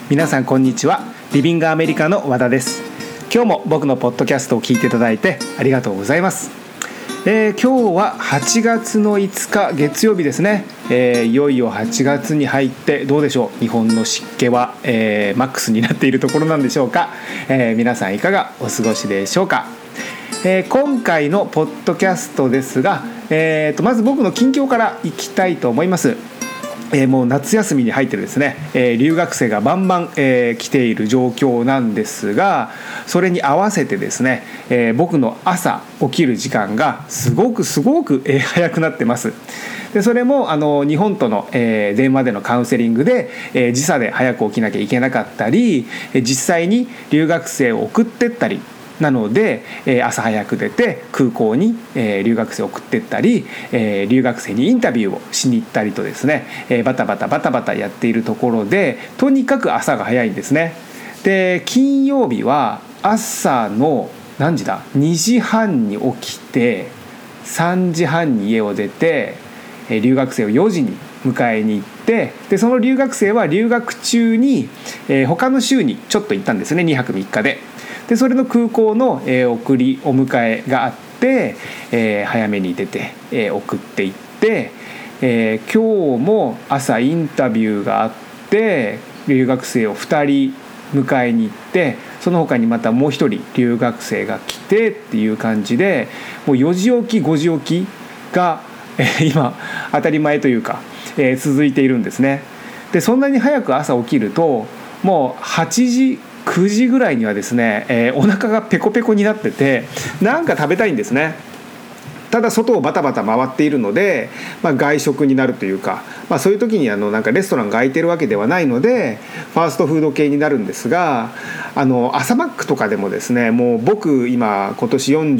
皆さんこんにちは。リビングアメリカの和田です。今日も僕のポッドキャストを聞いていただいてありがとうございます。今日は8月の5日月曜日ですね。いよいよ8月に入ってどうでしょう、日本の湿気は、マックスになっているところなんでしょうか。皆さんいかがお過ごしでしょうか。今回のポッドキャストですが、まず僕の近況からいきたいと思います。もう夏休みに入ってですね、留学生がバンバン、来ている状況なんですが、それに合わせてですね、僕の朝起きる時間がすごく早くなってます。でそれも日本との、電話でのカウンセリングで、時差で早く起きなきゃいけなかったり、実際に留学生を送ってったりなので、朝早く出て空港に、留学生を送ってったり、留学生にインタビューをしに行ったりとですね、バタバタやっているところで、とにかく朝が早いんですね。で金曜日は朝の何時だ2時半に起きて3時半に家を出て、留学生を4時に迎えに行って、でその留学生は留学中に、他の州にちょっと行ったんですね。2泊3日でそれの空港の、お迎えがあって、早めに出て、送っていって、今日も朝インタビューがあって留学生を2人迎えに行って、その他にまたもう一人留学生が来てっていう感じで、もう4時起き5時起きが、今当たり前というか、続いているんですね。でそんなに早く朝起きるともう8時9時ぐらいにはですね、お腹がペコペコになってて、なんか食べたいんですね。ただ外をバタバタ回っているので、外食になるというか、そういう時になんかレストランが開いてるわけではないのでファーストフード系になるんですが、朝マックとかでもですね、もう僕今年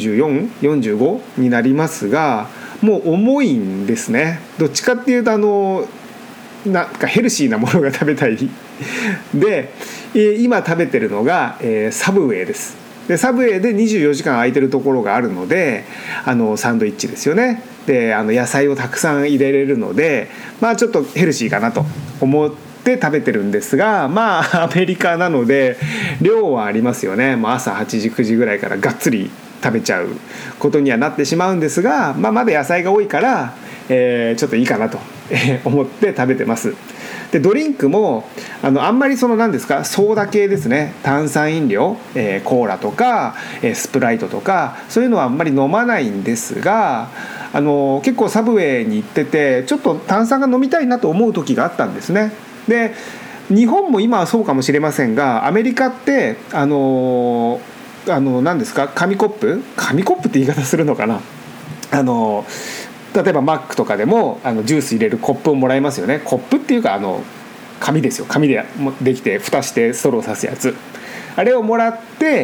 44、45になりますが、もう重いんですね。どっちかっていうとなんかヘルシーなものが食べたいで、今食べてるのが、サブウェイです。でサブウェイで24時間空いてるところがあるので、サンドイッチですよね。で野菜をたくさん入れれるので、ちょっとヘルシーかなと思って食べてるんですが、アメリカなので量はありますよね。朝8時9時ぐらいからがっつり食べちゃうことにはなってしまうんですが、まだ野菜が多いから、ちょっといいかなと思って食べてます。でドリンクもあんまり何ですか、ソーダ系ですね。炭酸飲料、コーラとか、スプライトとかそういうのはあんまり飲まないんですが、結構サブウェイに行っててちょっと炭酸が飲みたいなと思う時があったんですね。で日本も今はそうかもしれませんが、アメリカって何ですか、紙コップって言い方するのかな、例えばマックとかでもジュース入れるコップをもらいますよね。コップっていうか紙ですよ。紙でできて蓋してストローを刺すやつ、あれをもらって、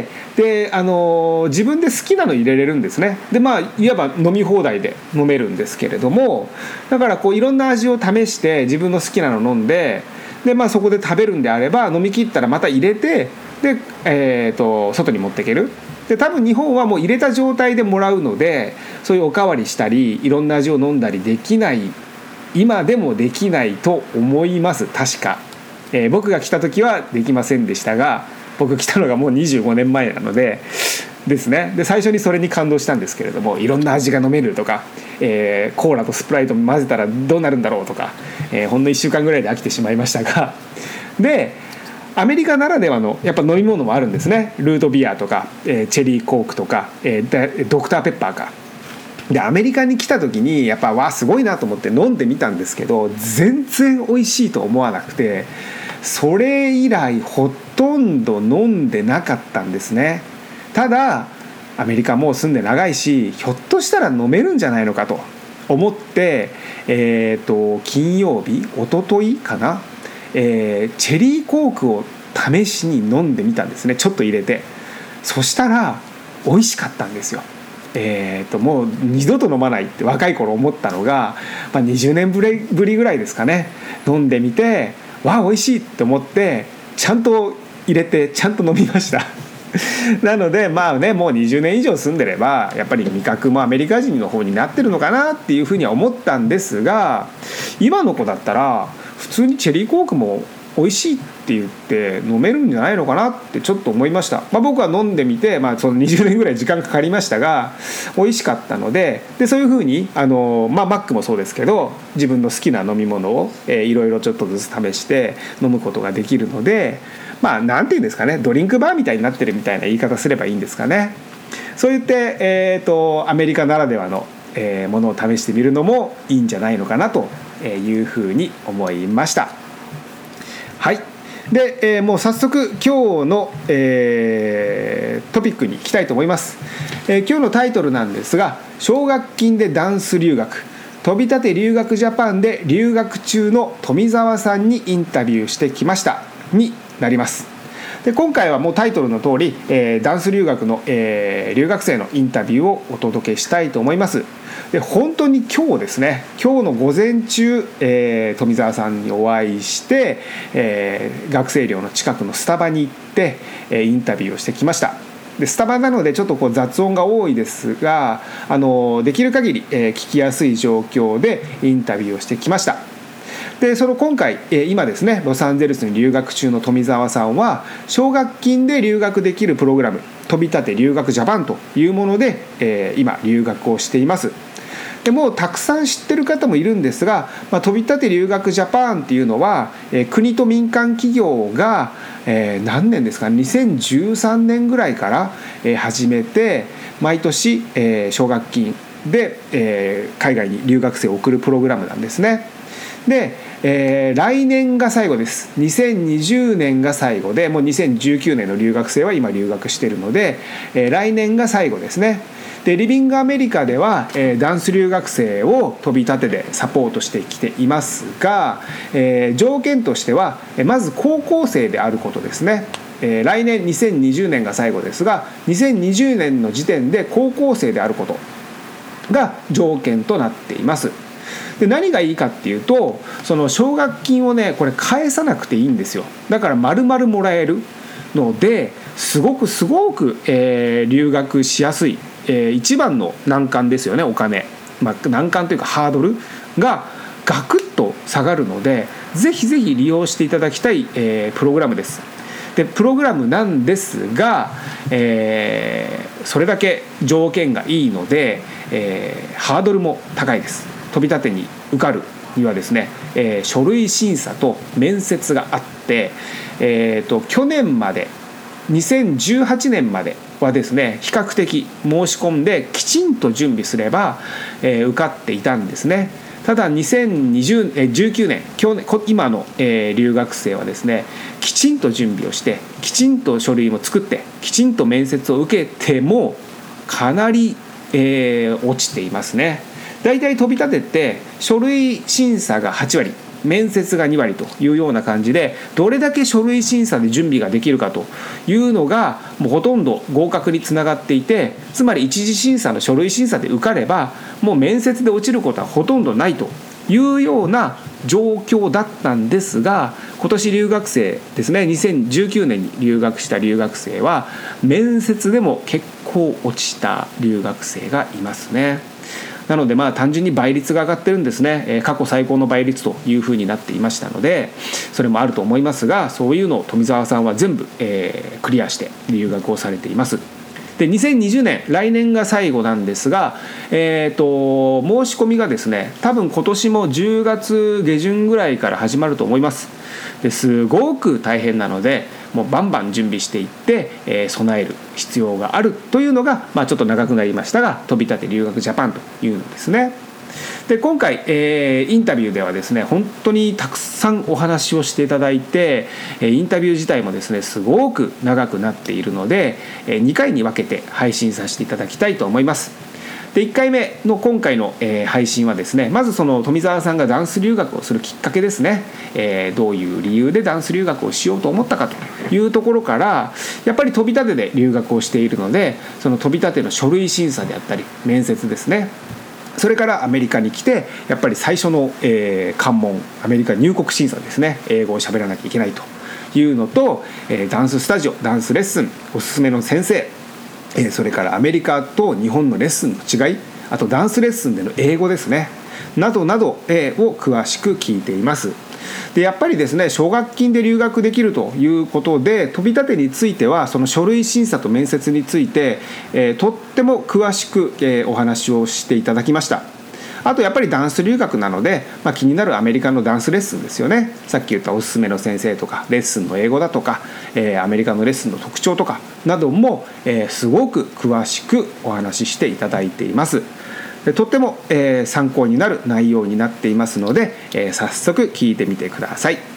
で自分で好きなの入れれるんですね。でいわば飲み放題で飲めるんですけれども、だからいろんな味を試して自分の好きなの飲んで、そこで食べるんであれば飲み切ったらまた入れて、で、外に持っていける。で多分日本はもう入れた状態でもらうので、そういうおかわりしたりいろんな味を飲んだりできない、今でもできないと思います確か。僕が来た時はできませんでしたが、僕来たのがもう25年前なのでですね。で最初にそれに感動したんですけれども、いろんな味が飲めるとか、コーラとスプライト混ぜたらどうなるんだろうとか、ほんの1週間ぐらいで飽きてしまいましたが、でアメリカならではのやっぱ飲み物もあるんですね。ルートビアとか、チェリーコークとか、ドクターペッパーか。でアメリカに来た時にやっぱすごいなと思って飲んでみたんですけど、全然美味しいと思わなくて、それ以来ほとんど飲んでなかったんですね。ただアメリカもう住んで長いし、ひょっとしたら飲めるんじゃないのかと思って、金曜日一昨日かな、チェリーコークを試しに飲んでみたんですね。ちょっと入れて、そしたら美味しかったんですよ。もう二度と飲まないって若い頃思ったのが、20年ぶりぐらいですかね。飲んでみて美味しいって思ってちゃんと入れてちゃんと飲みましたなのでもう20年以上住んでればやっぱり味覚もアメリカ人の方になってるのかなっていうふうには思ったんですが、今の子だったら普通にチェリーコークも美味しいって言って飲めるんじゃないのかなってちょっと思いました。僕は飲んでみて、その20年ぐらい時間かかりましたが美味しかったので、そういうふうにマックもそうですけど、自分の好きな飲み物をいろいろちょっとずつ試して飲むことができるので、なんていうんですかね、ドリンクバーみたいになってるみたいな言い方すればいいんですかね。そう言って、アメリカならではの、ものを試してみるのもいいんじゃないのかなというふうに思いました。はい。で、もう早速今日の、トピックに行きたいと思います。今日のタイトルなんですが、奨学金でダンス留学、飛び立て留学ジャパンで留学中の富澤さんにインタビューしてきましたになります。で、今回はもうタイトルの通り、ダンス留学の、留学生のインタビューをお届けしたいと思います。で、本当に今日ですね、今日の午前中、富澤さんにお会いして、学生寮の近くのスタバに行って、インタビューをしてきました。で、スタバなのでちょっと雑音が多いですが、できる限り、聞きやすい状況でインタビューをしてきました。で、その今回、今ですね、ロサンゼルスに留学中の富澤さんは奨学金で留学できるプログラム、飛び立て留学ジャパンというもので、今留学をしています。でもうたくさん知ってる方もいるんですが、飛び立て留学ジャパンっていうのは、国と民間企業が、何年ですか、2013年ぐらいから、始めて毎年、奨学金で、海外に留学生を送るプログラムなんですね。で、来年が最後です。2020年が最後で、もう2019年の留学生は今留学しているので、来年が最後ですね。で、リビングアメリカでは、ダンス留学生を飛び立てでサポートしてきていますが、条件としてはまず高校生であることですね。来年2020年が最後ですが、2020年の時点で高校生であることが条件となっています。で、何がいいかっていうと、その奨学金をね、これ返さなくていいんですよ。だから丸々もらえるので、すごく、留学しやすい、一番の難関ですよね。お金、難関というかハードルがガクッと下がるので、ぜひぜひ利用していただきたい、プログラムです。で、プログラムなんですが、それだけ条件がいいので、ハードルも高いです。飛び立てに受かるにはですね、書類審査と面接があって、去年まで2018年まではですね、比較的申し込んできちんと準備すれば、受かっていたんですね。ただ2019年今の、留学生はですね、きちんと準備をして、きちんと書類も作って、きちんと面接を受けてもかなり、落ちていますね。だいたい飛び立てって書類審査が8割、面接が2割というような感じで、どれだけ書類審査で準備ができるかというのがもうほとんど合格につながっていて、つまり一次審査の書類審査で受かればもう面接で落ちることはほとんどないというような状況だったんですが、今年留学生ですね、2019年に留学した留学生は面接でも結構落ちた留学生がいますね。なので単純に倍率が上がってるんですね。過去最高の倍率というふうになっていましたので、それもあると思いますが、そういうのを富澤さんは全部、クリアして留学をされています。で、2020年来年が最後なんですが、申し込みがですね、多分今年も10月下旬ぐらいから始まると思います。ですごく大変なので、もうバンバン準備していって、備える必要があるというのが、ちょっと長くなりましたが、飛び立て留学ジャパンというのですね。で、今回、インタビューではですね、本当にたくさんお話をしていただいて、インタビュー自体もですね、すごく長くなっているので、2回に分けて配信させていただきたいと思います。で、1回目の今回の、配信はですね、まずその富澤さんがダンス留学をするきっかけですね、どういう理由でダンス留学をしようと思ったかというところから、やっぱり飛び立てで留学をしているので、その飛び立ての書類審査であったり面接ですね、それからアメリカに来てやっぱり最初の、関門、アメリカ入国審査ですね、英語を喋らなきゃいけないというのと、ダンススタジオ、ダンスレッスン、おすすめの先生、それからアメリカと日本のレッスンの違い、あとダンスレッスンでの英語ですね、などなど、を詳しく聞いています。 でやっぱりですね、奨学金で留学できるということで、飛び立てについてはその書類審査と面接について、とっても詳しく、お話をしていただきました。あとやっぱりダンス留学なので、気になるアメリカのダンスレッスンですよね。さっき言ったおすすめの先生とかレッスンの英語だとか、アメリカのレッスンの特徴とかなども、すごく詳しくお話ししていただいています。とっても、参考になる内容になっていますので、早速聞いてみてください。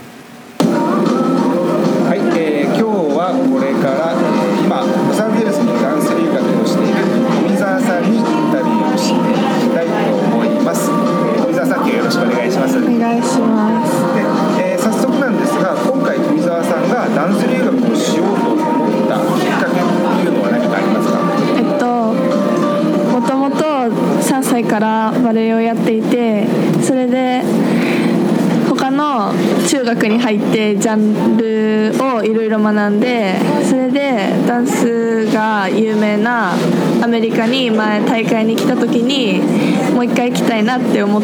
はい、今日はこれから、今ロサンゼルスにダンス留学をしている富澤さんにインタビューをしていきたいと思います。富澤さん、今日よろしくお願いします。 お願いします。 で、早速なんですが、今回富澤さんがダンス留学をしようと思ったきっかけっていうのは何かありますか？ もともと3歳からバレエをやっていて、それで他の中学に入ってジャンルをいろいろ学んで、それでダンスが有名なアメリカに前大会に来た時にもう一回行きたいなって思って、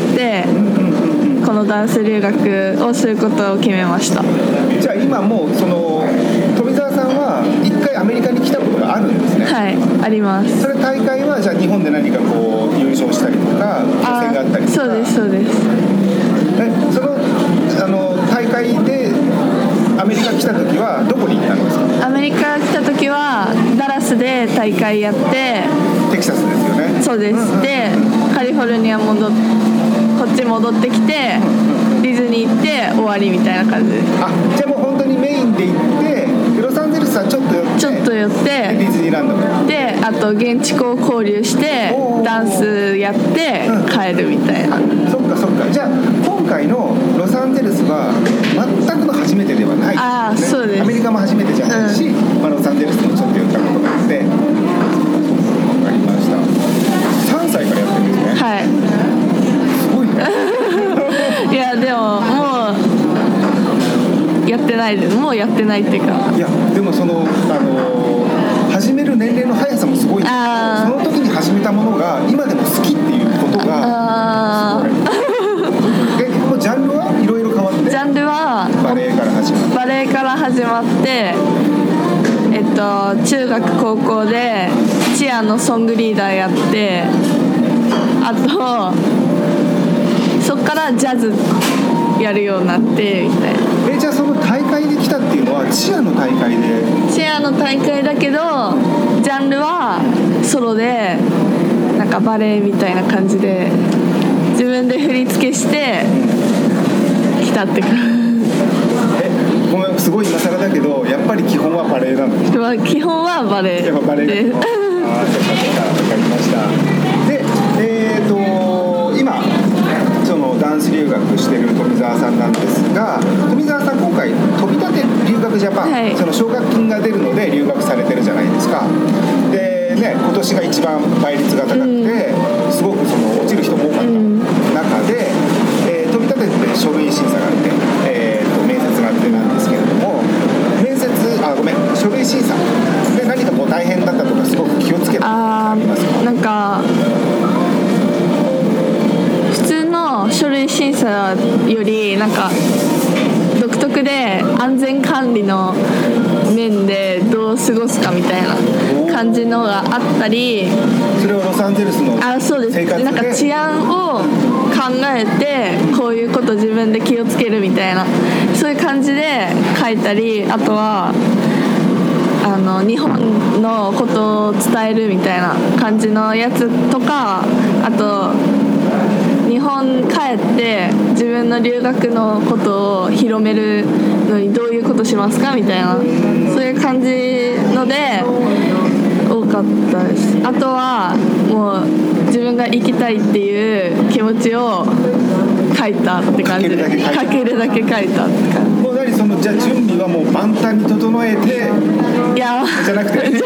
このダンス留学をすることを決めました。 じゃあ今もうその富澤さんは一回アメリカに来たことがあるんですね。 はい、あります。 それ大会はじゃあ日本で何かこう優勝したりとか予選があったりとか？ そうですそうです。 その大会でアメリカ来た時はどこに行ったんですか？ アメリカ来た時はダラスで大会やって、 テキサスですよね。 そうです、でカリフォルニアこっち戻ってきて、ディズニー行って終わりみたいな感じです。 じゃあもう本当にメインで行ってロサンゼルスはちょっと寄ってディズニーランドで、あと現地校交流してダンスやって帰るみたいな。 そっかそっか。じゃあ今回のロサンゼルスは全くの初めてではないですね。 そうです。 アメリカも初めてじゃないし、ロサンゼルスもちょっと寄ったことがあって。分かりました。3歳からやってるんですね。 はい。 すごいね。 いやでももうやってないです。もうやってないっていうか。 いやでもその始める年齢の速さもすごいんですけど、その時に始めたものが今でも好きっていうことがもうジャンルはいろいろ変わって、 ジャンルはバレエから始まって、 中学高校でチアのソングリーダーやって、あとそっからジャズやるようになってみたいな。 じゃあその大会で来たっていうのはチアの大会で？ チアの大会だけどジャンルはソロで、なんかバレエみたいな感じで自分で振り付けして来たって感じ。 ごめん、すごい今更だけど、やっぱり基本はバレエなの？ 基本はバレエ。 やっぱバレエです。そうか分かりました。で、今そのダンス留学してる富澤さんなんですが、富澤さん今回飛び立て留学ジャパン、はい、その奨学金が出るので留学されてるじゃないですか。でね、今年が一番倍率が高くて、すごくその落ちる人も多かった中で、飛び立てって書類審査があって、面接があってなんですけれども、書類審査で何かこう大変だったとか、すごく気をつけたことありますか？ なんか普通の書類審査よりなんか独特で、安全管理の面でどう過ごすかみたいな感じのがあったり、 それはロサンゼルスのそうです。なんか治安を考えてこういうこと自分で気をつけるみたいな、そういう感じで書いたり、あとは日本のことを伝えるみたいな感じのやつとか、あと日本帰って自分の留学のことを広めるのにどういうことしますかみたいな、そういう感じので多かったです。あとはもう自分が行きたいっていう気持ちを書いたって感じで、書けるだけ書いたって感じ。 もうそのじゃあ準備はもう万端に整えて、 いやじゃなくて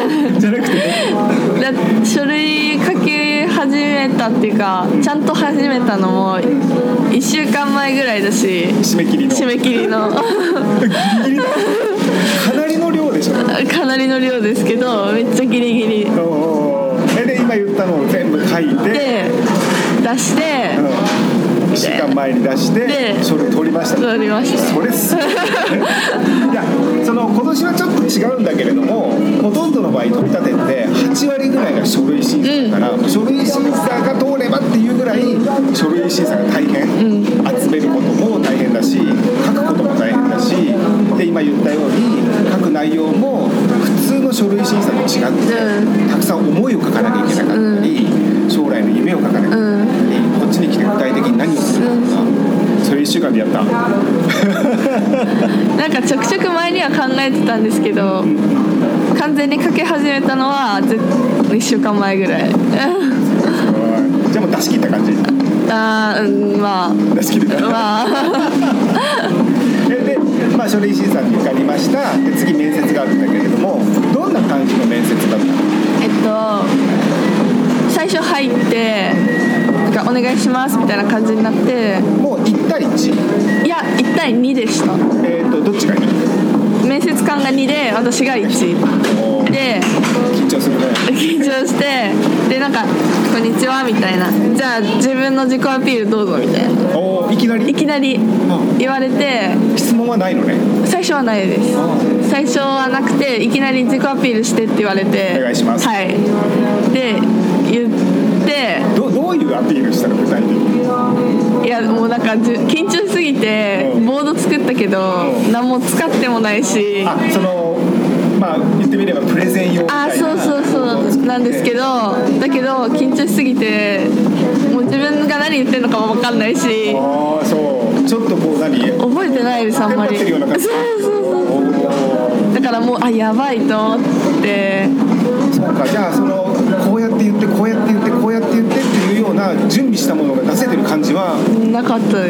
書類書き始めたっていうか、ちゃんと始めたのも1週間前ぐらいだし、 締め切りのかなりの量でしょ？ かなりの量ですけど、めっちゃギリギリで今言ったのを全部書いてで出して、 みたいな。 1週間前に出してで書類取りました。 取りました。 それっすいやその今年はちょっと違うんだけれども、ほとんどの場合取り立てって8割ぐらいが書類審査だから、書類審査が通ればっていうぐらい書類審査が大変、集めることも大変だし、書くことも大変だし、で今言ったように書く内容も普通の書類審査と違って、たくさん思いを書かなきゃいけなかったり、将来の夢を書かなきゃいけなかったり、こっちに来て具体的に何をするのか、それ1週間でやったなんかちょくちょく前には考えてたんですけど、完全に書き始めたのは1週間前ぐらい。 じゃあもう出し切った感じ。 まあ出し切るかまあで、まあ、書類審査に受かりました。で次面接があるんだけれども、どんな感じの面接だったの？ 最初入ってなんかお願いしますみたいな感じになって、 もう1対 1？ いや1対2でした。 どっちがいい？ 面接官が2で私が1で、 緊張するね。 緊張して、でなんかこんにちはみたいな、じゃあ自分の自己アピールどうぞみたいな、 いきなり言われて、 質問はないのね？ 最初はないです。最初はなくて、いきなり自己アピールしてって言われて、 お願いします。 はいで言ってどういうアピールしたの具体的に？ いやもうなんか緊張しすぎてボード作ったけど何も使ってもないし、 まあ言ってみればプレゼン用みたいな。 そうなんですけど、だけど緊張しすぎてもう自分が何言ってるのかも分かんないし、 そうちょっとこう覚えてないですあんまり。そうだからもうやばいと思って。 そうか、じゃあこうやって言ってこうやって言ってこうやって言ってっていうような準備したものが出せてる感じはなかった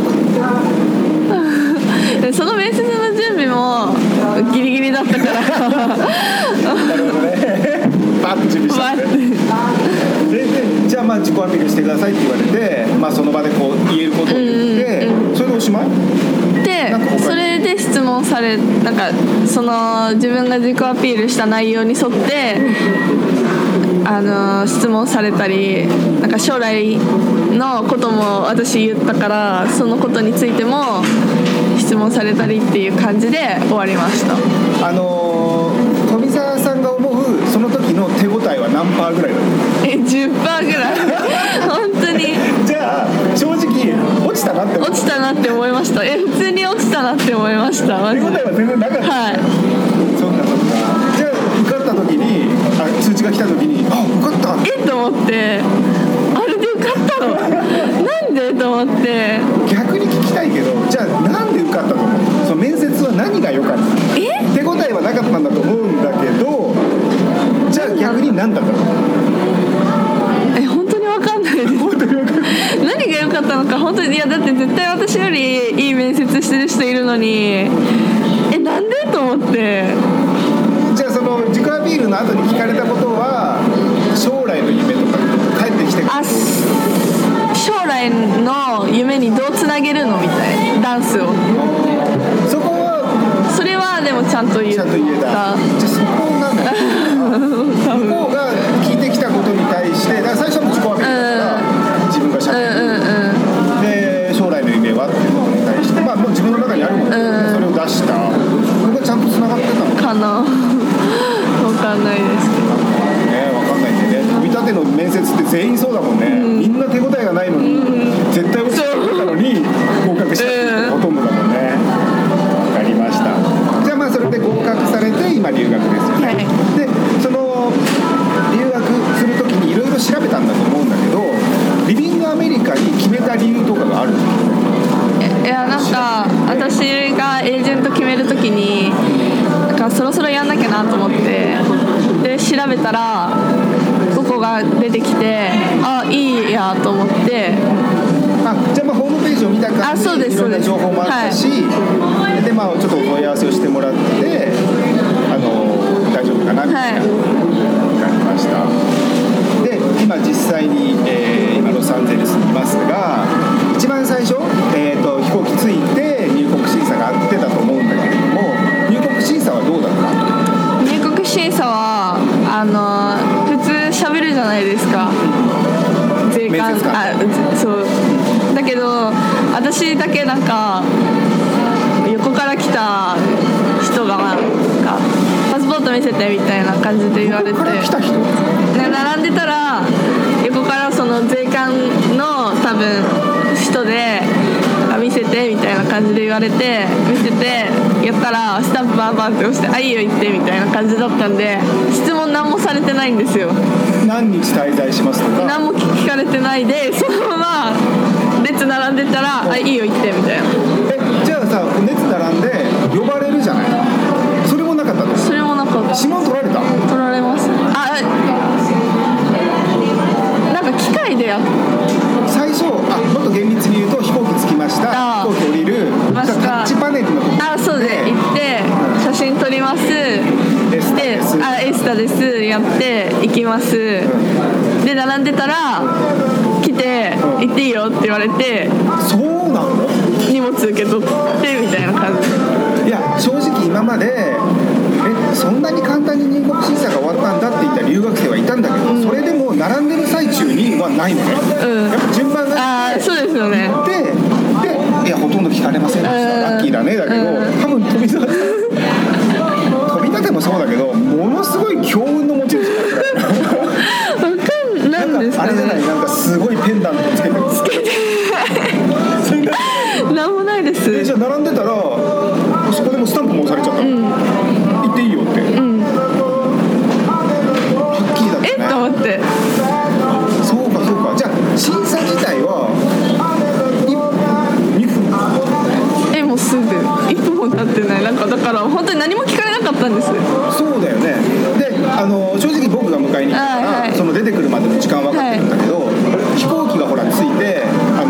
ですその面接の準備もギリギリだったからなるほどねバッと準備したんで、じゃあまあ自己アピールしてくださいって言われて、まあ、その場でこう言えることを言って、それでおしまいで、それで質問され、なんかその自分が自己アピールした内容に沿って質問されたり、なんか将来のことも私言ったから、そのことについても質問されたりっていう感じで終わりました。 富澤さんが思うその時の手応えは何パーぐらいだった？ 10% ぐらい本当に。 じゃあ正直落ちたなって思いました。普通に落ちたなって思いました。 手応えは全然なかった。はい。そうか。じゃあ受かった時に通知が来た時に受かったと思って、あれで受かったのなんでと思って。 逆に聞きたいけど、じゃあなんで受かったと思う？その面接は何が良かった？手応えはなかったんだと思うんだけど、じゃあ逆に何だったの？ 本当に分かんないです何が良かったのか本当に。いやだって絶対私よりいい面接してる人いるのに、なんでと思って。 じゃあその自己アピールの後に聞かれたことは将来の夢とか帰ってきて将来の夢にどうつなげるのみたいな、ダンスを。それはでもちゃんと言った。 じゃあそこなんだ向こうが聞いてきたことに対して、だから最初の自己アピールだから自分がしゃべる、で将来の夢はっていうことに対して、まあもう自分の中にあるもの、それを出した。これがちゃんとつながってたのかな分かんないですけどね。分かんないんでね。組み立ての面接って全員そうだもんね、みんな手応えがないのに、絶対落ちてたのに合格したってほとんどだもんね。分かりました。じゃあまあそれで合格されて今留学ですよね、はい、でその留学するときにいろいろ調べたんだと思うんだけど、リビングアメリカに決めた理由とかがあるんですか？ いやなんか私がエージェント決めるときになんかそろそろやんなきゃなと思って、で調べたらここが出てきて、いいやと思って。 じゃあまあホームページを見た感じいろんな情報もあったし、はい、でまあちょっとお問い合わせをしてもらって大丈夫かなみたいな、分かりました。で今実際に、今ロサンゼルスにいますが、一番最初、飛行機着いて入国審査があってたと思うんだけれども、入国審査はどうだった？ 入国審査は普通喋るじゃないですか、税関。そうだけどてみたいな感じで言われて、 どこから来た人？ 並んでたら横からその税関の多分人で見せてみたいな感じで言われて、見せてやったらスタンプバンバンって押して「あ、いいよ行って」みたいな感じだったんで、質問何もされてないんですよ。 何日滞在しますとか何も聞かれてないで、そのまま列並んでたら「あ、いいよ行って」みたいな。 じゃあさ、列並んで呼ばれるじゃない。それもなかったの？ それもなかった。 指紋取られた？ 取られます。なんか機械でやっ最初、もっと厳密に言うと飛行機着きました、飛行機降りる、タッチパネルのとこそうで行って写真撮ります、でエスタですやって行きます、で並んでたら来て行っていいよって言われて、 そうなの？ 荷物受け取ってみたいな感じ。 いや正直今までそんなに簡単に入国審査が終わったんだって言った留学生はいたんだけど、それでも並んでる最中にはないのね、やっぱ順番がそうですよね。 でいやほとんど聞かれませんでした、ラッキーだねだけど、多分飛び立てもそうだけど、ものすごい強運の持ち主だったなんですかね、 あれじゃない、なんかすごいペンダントつけてなんもないです。 じゃあ並んでたらそこでもスタンプも押されちゃった、行っていいよって、ラッキーだったね。 と思って、 そうか。じゃあ審査自体は2分？ もうすぐ1分も経ってない。なんかだから本当に何も聞かれなかったんです。 そうだよね。で正直僕が迎えに行ったから、その出てくるまでの時間分かってるんだけど、飛行機がほら着いて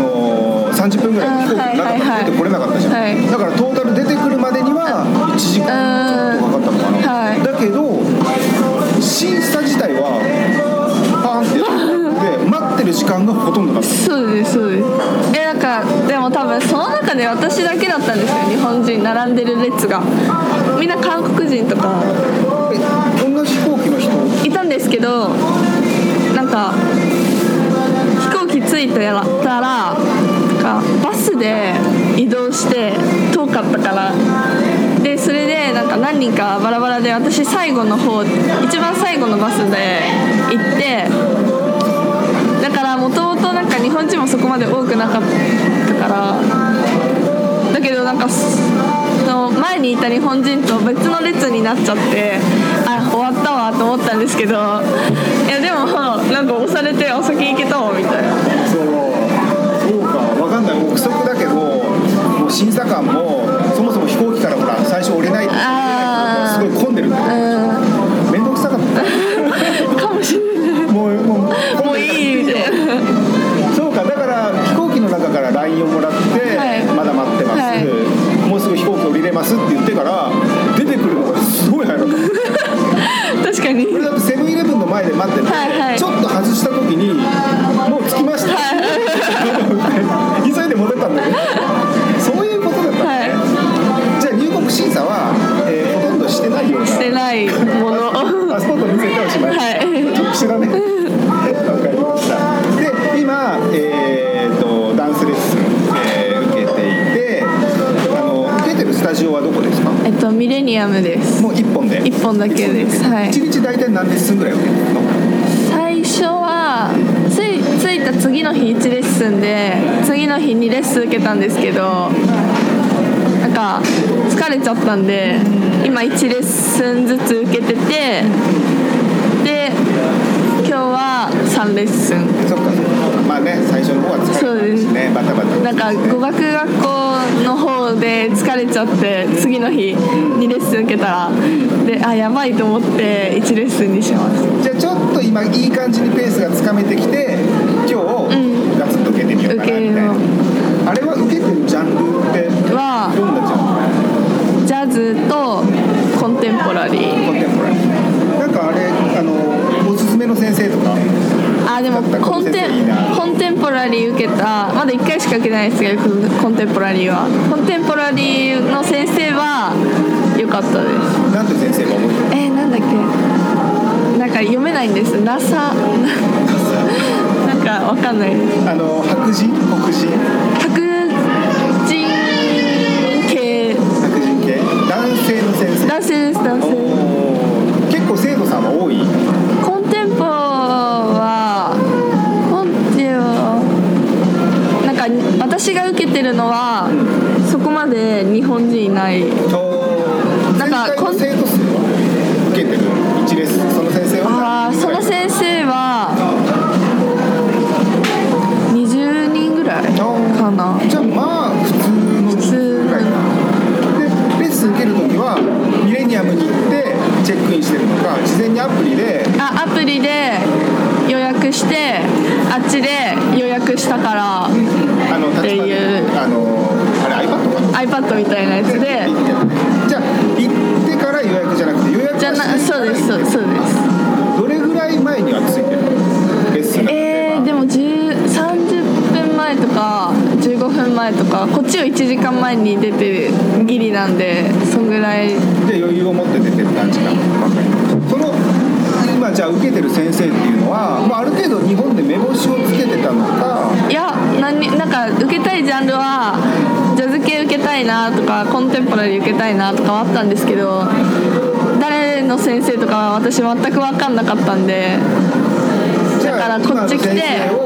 30分ぐらいの飛行機の中まで出てこれなかったじゃん、だからトータル出てくるまでには1時間ちょっとかかったのかな、だけど審査自体はパーンってやって待ってる時間がほとんどだった。 そうですなんかでも多分その中で私だけだったんですよ、日本人並んでる列が。みんな韓国人とか同じ飛行機の人いたんですけど、なんか飛行機着いたらバスで移動して遠かったから、でそれでなんか何人かバラバラで、私最後の方、一番最後のバスで行って、だからもともとなんか日本人もそこまで多くなかったから、だけどなんか前にいた日本人と別の列になっちゃって、終わったわと思ったんですけど、いやでもなんか押されてお先行けたわみたいな。 そうか、分かんない、憶測だけど、もう審査官もそもそも飛行機からほら最初降れないってすごい混んでるんだよ、めんどくさかったかもしれない。もういいみたいな。 そうか、だから飛行機の中から LINE をもらって、まだ待ってます、もうすぐ飛行機降りれますって言ってから出てくるのがすごい早かった確かに。 これだってセブンイレブンの前で待ってて、ちょっと外した時にもう着きました、急いで戻ったんだけど、そういうことだったね、じゃあ入国審査は、ほとんどしてないような、 してないものパスポート見せておしまい、特殊だねわかりました。で今、ダンスレッスン、受けていて、受けてるスタジオはどこですか？ ミレニアムです。 もう1本で 1本だけです。 1日大体何レッスンぐらい受けてるの？ 最初は着いた次の日1レッスンで、次の日2レッスン受けたんですけど、なんか疲れちゃったんで今1レッスンずつ受けてて、で今日は3レッスン。 そっか、まあね、最初の方は疲れたしね、バタバタ。 なんか語学学校の方で疲れちゃって、次の日2レッスン受けたら、でやばいと思って1レッスンにします。 じゃあちょっと今いい感じにペースがつかめてきて、今日ガツッと受けてみようかなみたいな。あれは受けてるジャンルってどんなジャンル？ ジャズとコンテンポラリー。 なんかあれおすすめの先生とか？ でもコンテンポラリー受けた、まだ1回しか受けないですけど、コンテンポラリーはコンテンポラリーの先生は良かったです。 なんて先生が覚えてる？ なんだっけ、なんか読めないんです。なんかわかんないです。 白人系男性の先生。 男性です。結はミレニアムに行ってチェックインしてるのか、事前にアプリでアプリで予約してあっちで予約したからっていうあれ iPad かな iPad みたいなやつでじゃあ行ってから予約じゃなくて予約じゃなそうですそうですどれぐらい前にはついてるのレッスンがでも30分前とか15分前とかこっちを1時間前に出てるギリなんでそんぐらいで余裕を持って出てる感じかその今じゃあ受けてる先生っていうのは、まあ、ある程度日本で目星をつけてたのかいやなんか受けたいジャンルはジャズ系受けたいなとかコンテンポラリー受けたいなとかはあったんですけど誰の先生とかは私全く分かんなかったんでだからこっち来て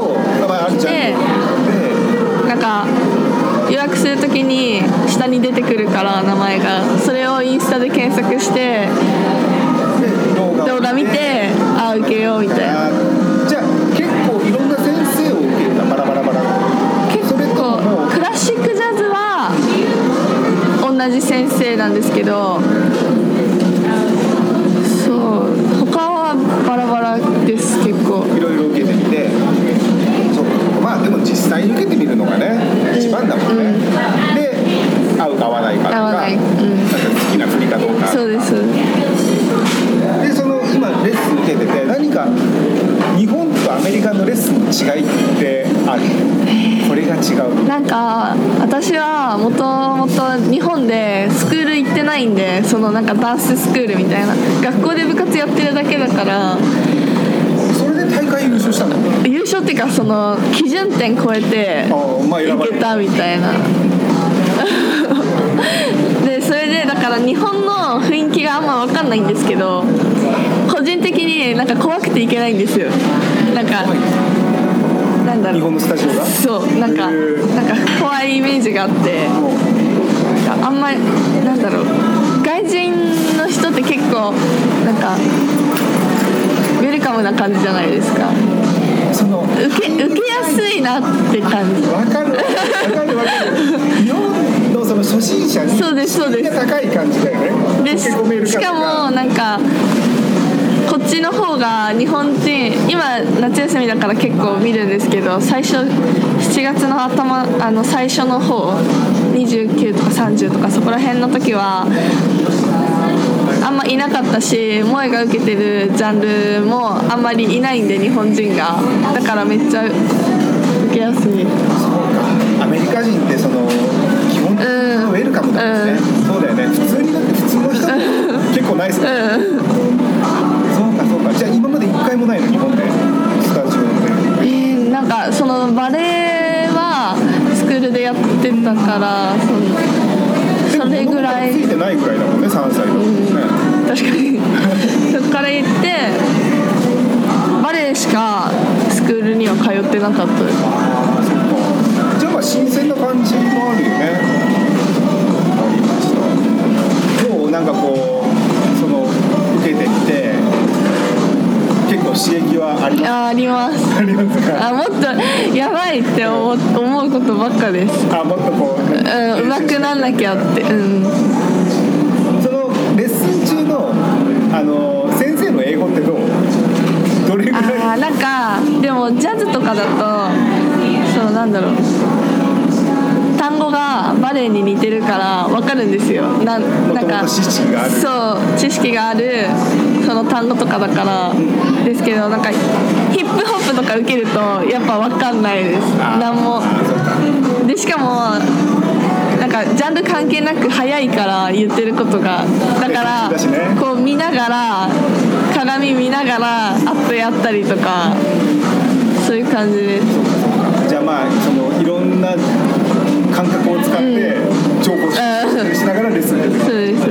なんか予約するときに下に出てくるから名前がそれをインスタで検索して動画見て受けようみたいなじゃあ結構いろんな先生を受けたバラバラ結構クラシックジャズは同じ先生なんですけどそう他はバラバラです結構いろいろ受けてみてそうまあでも実際に受けてみるのがね一番だもんね、で合うか合わないかとか、なんか好きな振りかどうかそうですでその今レッスン受けてて何か日本とアメリカのレッスンの違いってあるこれが違うなんか私はもともと日本でスクール行ってないんでそのなんかダンススクールみたいな学校で部活やってるだけだからそれで大会優勝したの優勝っていうかその基準点超えていけたみたいなでそれでだから日本の雰囲気があんま分かんないんですけど個人的になんか怖くていけないんですよなんかなんだろう日本のスタジオがそうなんか怖いイメージがあってあんまりなんだろう外人の人って結構なんかウェルカムな感じじゃないですかその受けやすいなって感じ分かる日本のその初心者にそうですそうです高い感じだよねでしかもなんかこっちの方が日本人今夏休みだから結構見るんですけど最初7月の頭最初の方29とか30とかそこら辺の時はあんまいなかったし萌えが受けてるジャンルもあんまりいないんで日本人がだからめっちゃ受けやすいアメリカ人ってその基本的にウェルカムなんですね、そうだよね普通にだって普通の人結構ないですね、そうかじゃあ今まで一回もないの日本でスタジオでなんかそのバレエはスクールでやってたからそれぐらいついてないぐらいだもんね3歳だもんね、 確かにそこから行ってバレエしかスクールには通ってなかったですじゃあまあ新鮮な感じもあるよねありましたもうなんかこうその受けてみて結構刺激はありますありますありますかもっとやばいって思うことばっかですもっとこう、 上手くなんなきゃってそのレッスン中の先生の英語ってどれぐらいなんかでもジャズとかだとそうなんだろう単語がバレエに似てるから分かるんですよなんか知識があるそう知識があるその単語とかだからですけどなんかヒップホップとか受けるとやっぱ分かんないです何もでしかもなんかジャンル関係なく早いから言ってることがだからこう見ながら鏡見ながらアップやったりとかそういう感じですじゃあまあそのいろんな感覚を使って情報しながらレッスンでそうです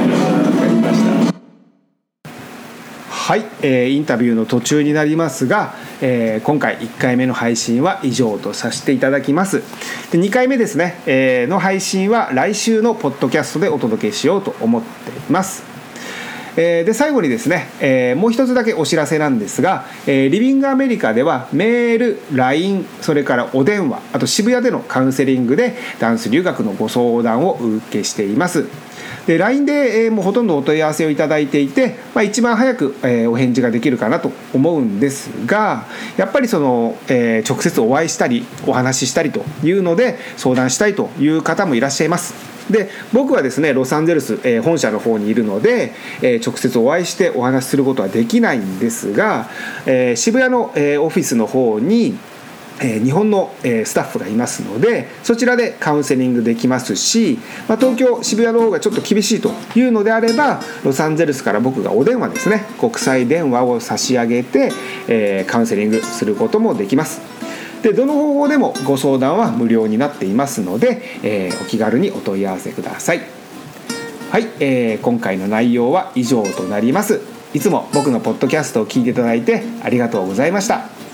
はい、インタビューの途中になりますが、今回1回目の配信は以上とさせていただきます。で2回目ですね、の配信は来週のポッドキャストでお届けしようと思っています。で最後にですね、もう一つだけお知らせなんですが、リビングアメリカではメール、LINE、それからお電話、あと渋谷でのカウンセリングでダンス留学のご相談をお受けしています。 で LINE で、もうほとんどお問い合わせをいただいていて、一番早く、お返事ができるかなと思うんですが、やっぱりその、直接お会いしたりお話ししたりというので相談したいという方もいらっしゃいます。で僕はですねロサンゼルス、本社の方にいるので、直接お会いしてお話しすることはできないんですが、渋谷の、オフィスの方に日本のスタッフがいますので、そちらでカウンセリングできますし、東京渋谷の方がちょっと厳しいというのであれば、ロサンゼルスから僕がお電話ですね、国際電話を差し上げて、カウンセリングすることもできます。でどの方法でもご相談は無料になっていますので、お気軽にお問い合わせください。はい、今回の内容は以上となります。いつも僕のポッドキャストを聞いていただいてありがとうございました。